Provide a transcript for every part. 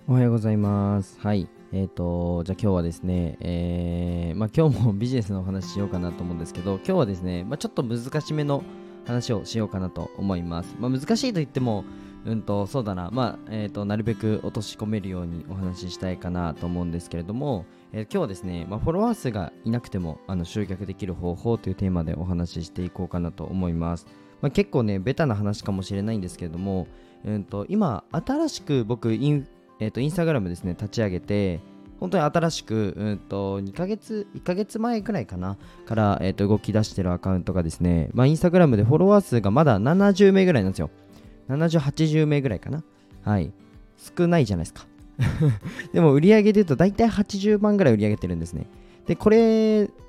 おはようございます。はい。じゃあ今日はですね、今日もビジネスのお話しようかなと思うんですけど、今日はですね、ちょっと難しめの話をしようかなと思います。難しいと言っても、そうだな、なるべく落とし込めるようにお話ししたいかなと思うんですけれども、今日はですね、フォロワー数がいなくても集客できる方法というテーマでお話ししていこうかなと思います。結構ね、ベタな話かもしれないんですけれども、今、新しく僕、インスタグラムですね、立ち上げて、本当に新しく、2ヶ月、1ヶ月前くらいかな、から、動き出してるアカウントがですね、インスタグラムでフォロワー数がまだ70名ぐらいなんですよ。70、80名ぐらいかな。はい。少ないじゃないですか。でも売り上げで言うと大体80万ぐらい売り上げてるんですね。で、これって、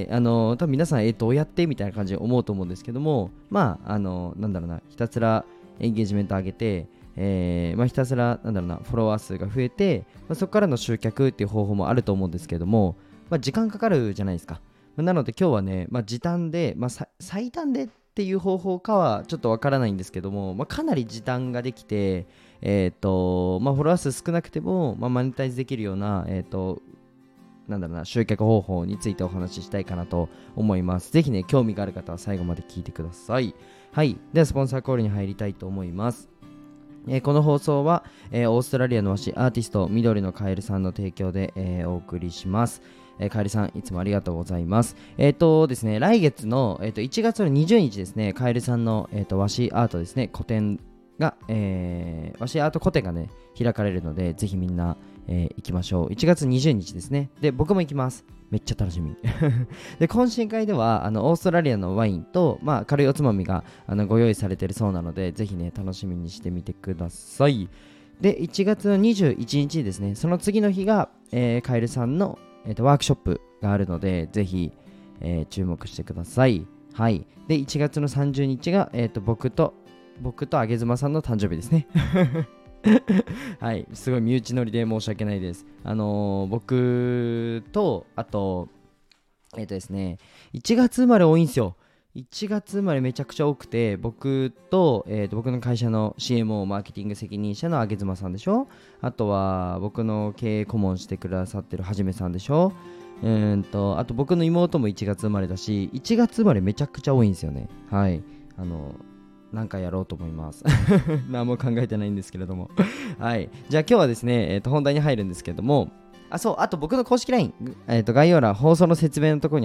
多分皆さん、どうやってみたいな感じで思うと思うんですけども、なんだろうな、ひたすらエンゲージメント上げて、ひたすらフォロワー数が増えて、そこからの集客っていう方法もあると思うんですけども、時間かかるじゃないですか。なので今日はね、時短で、最短でっていう方法かはちょっとわからないんですけども、かなり時短ができて、フォロワー数少なくても、マネタイズできるような、集客方法についてお話ししたいかなと思います。ぜひね、興味がある方は最後まで聞いてください。はい。では、スポンサーコールに入りたいと思います。この放送は、オーストラリアの和紙アーティスト緑のカエルさんの提供で、お送りします。カエルさんいつもありがとうございます。ですね、来月の、1月の20日ですね、カエルさんの、和紙アートですね、個展が、和紙アート個展がね開かれるので、ぜひみんな、行きましょう。1月20日ですね。で、僕も行きます。めっちゃ楽しみ。で、懇親会ではオーストラリアのワインと、軽いおつまみがご用意されているそうなので、ぜひね楽しみにしてみてください。で、1月の21日ですね、その次の日が、カエルさんの、ワークショップがあるので、ぜひ、注目してください。はい。で、1月の30日が、僕とあげずまさんの誕生日ですね。はい、すごい身内乗りで申し訳ないです。僕と、あと、ですね、1月生まれ多いんですよ。1月生まれめちゃくちゃ多くて、僕と、僕の会社の CMO マーケティング責任者のあげずまさんでしょ。あとは僕の経営顧問してくださってるはじめさんでしょ。あと僕の妹も1月生まれだし、1月生まれめちゃくちゃ多いんですよね。はい。なんかやろうと思います。何も考えてないんですけれども。はい。じゃあ今日はですね、本題に入るんですけども、あと僕の公式 LINE、概要欄、放送の説明のところに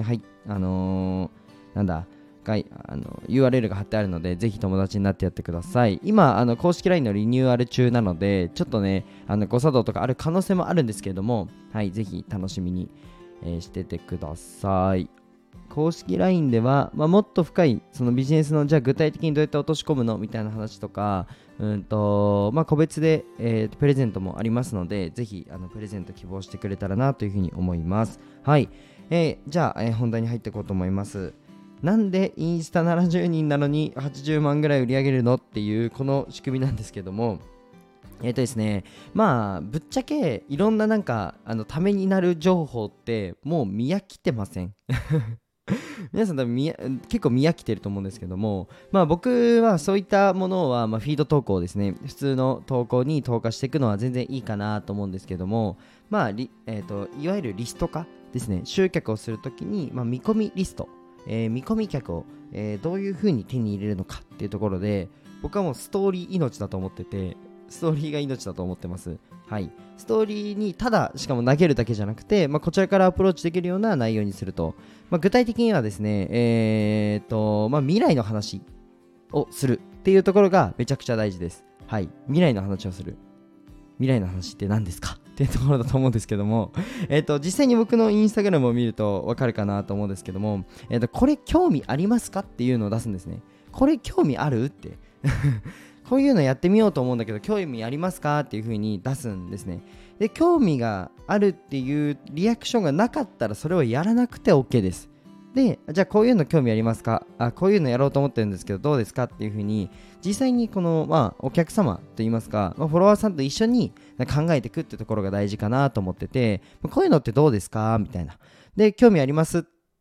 URL が貼ってあるので、ぜひ友達になってやってください。今、公式 LINE のリニューアル中なので、ちょっとね、誤作動とかある可能性もあるんですけれども、はい、ぜひ楽しみに、しててください。公式 LINE では、もっと深いそのビジネスの、じゃあ具体的にどうやって落とし込むのみたいな話とか、個別で、プレゼントもありますので、ぜひプレゼント希望してくれたらなというふうに思います。はい。じゃあ、本題に入っていこうと思います。なんでインスタ70人なのに80万ぐらい売り上げるのっていうこの仕組みなんですけども、ですね、ぶっちゃけいろんなためになる情報ってもう見飽きてません？皆さん多分結構見飽きてると思うんですけども、僕はそういったものは、フィード投稿ですね、普通の投稿に投下していくのは全然いいかなと思うんですけども、いわゆるリスト化ですね、集客をするときに、見込みリスト、見込み客を、どういうふうに手に入れるのかっていうところで、僕はもうストーリー命だと思ってて、ストーリーが命だと思ってます。はい。ストーリーにただしかも投げるだけじゃなくて、こちらからアプローチできるような内容にすると、具体的にはですね、未来の話をするっていうところがめちゃくちゃ大事です。はい。未来の話をする。未来の話って何ですかっていうところだと思うんですけども、実際に僕のインスタグラムを見るとわかるかなと思うんですけども、これ興味ありますかっていうのを出すんですね。これ興味あるってこういうのやってみようと思うんだけど興味ありますかっていう風に出すんですね。で、興味があるっていうリアクションがなかったらそれをやらなくて OK です。で、じゃあこういうの興味ありますか、こういうのやろうと思ってるんですけどどうですかっていう風に実際にこの、お客様といいますか、フォロワーさんと一緒に考えていくってところが大事かなと思ってて、こういうのってどうですかみたいな。で、興味ありますっ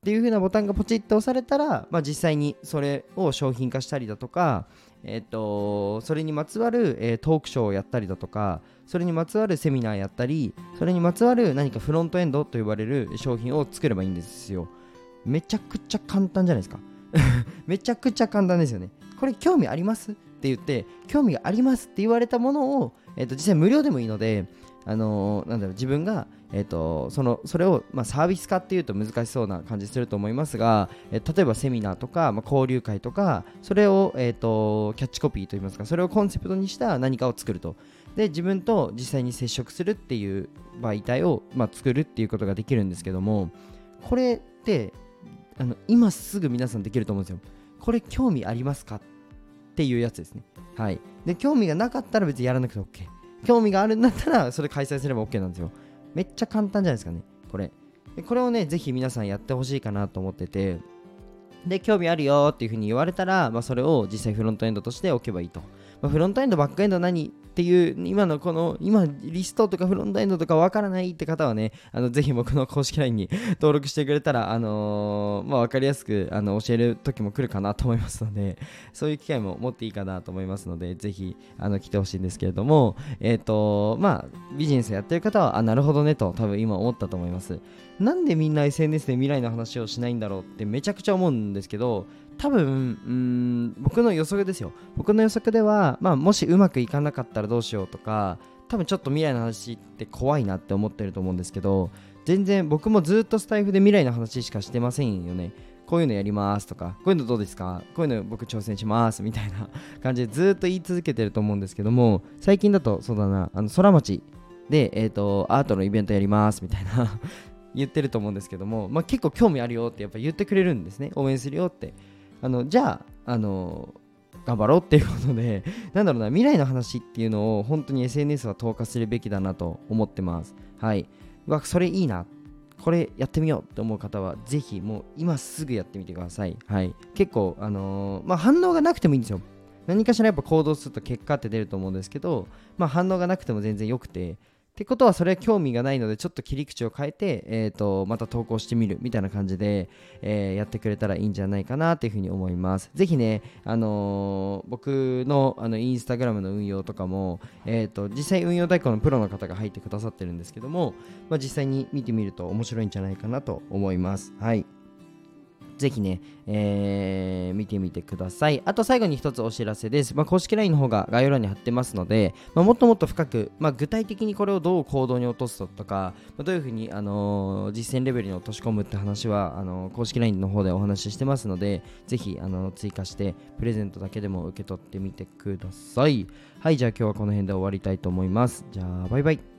っていう風なボタンがポチッと押されたら、実際にそれを商品化したりだとか、それにまつわる、トークショーをやったりだとか、それにまつわるセミナーやったり、それにまつわる何かフロントエンドと呼ばれる商品を作ればいいんですよ。めちゃくちゃ簡単じゃないですか。めちゃくちゃ簡単ですよね。これ興味ありますって言って、興味がありますって言われたものを、実際無料でもいいので、自分が、それを、サービス化っていうと難しそうな感じすると思いますが、例えばセミナーとか、交流会とか、それを、キャッチコピーといいますか、それをコンセプトにした何かを作ると。で、自分と実際に接触するっていう媒体を、作るっていうことができるんですけども、これって今すぐ皆さんできると思うんですよ。これ興味ありますかっていうやつですね。はい。で、興味がなかったら別にやらなくて OK。興味があるんだったらそれ開催すれば OK なんですよ。めっちゃ簡単じゃないですかね、これ。でこれをね、ぜひ皆さんやってほしいかなと思ってて、で、興味あるよっていう風に言われたら、それを実際フロントエンドとして置けばいいと。フロントエンド、バックエンド何っていう、今リストとかフロントエンドとかわからないって方はね、ぜひ僕の公式 LINE に登録してくれたら、わかりやすく教える時も来るかなと思いますので、そういう機会も持っていいかなと思いますので、ぜひ来てほしいんですけれども、ビジネスやってる方は、なるほどねと多分今思ったと思います。なんでみんな SNS で未来の話をしないんだろうってめちゃくちゃ思うんですけど、多分僕の予測ですよ。僕の予測では、もしうまくいかなかったらどうしようとか、多分ちょっと未来の話って怖いなって思ってると思うんですけど、全然僕もずっとスタイフで未来の話しかしてませんよね。こういうのやりますとか、こういうのどうですか、こういうの僕挑戦しますみたいな感じでずっと言い続けてると思うんですけども、最近だとそうだな、空町で、アートのイベントやりますみたいな言ってると思うんですけども、結構興味あるよってやっぱ言ってくれるんですね。応援するよって。じゃあ、頑張ろうっていうことで未来の話っていうのを本当に SNS は投下するべきだなと思ってます。はい。それいいな。これやってみようって思う方は、ぜひもう今すぐやってみてください。はい。結構、反応がなくてもいいんですよ。何かしらやっぱ行動すると結果って出ると思うんですけど、反応がなくても全然よくて、ってことはそれは興味がないのでちょっと切り口を変えて、また投稿してみるみたいな感じで、やってくれたらいいんじゃないかなっていうふうに思います。ぜひね、僕のインスタグラムの運用とかも、実際運用代行のプロの方が入ってくださってるんですけども、実際に見てみると面白いんじゃないかなと思います。はい。ぜひね、見てみてください。あと最後に一つお知らせです。公式 LINE の方が概要欄に貼ってますので、もっともっと深く、具体的にこれをどう行動に落とすとか、どういうふうに、実践レベルに落とし込むって話は公式 LINE の方でお話ししてますので、ぜひ追加してプレゼントだけでも受け取ってみてください。はい、じゃあ今日はこの辺で終わりたいと思います。じゃあバイバイ。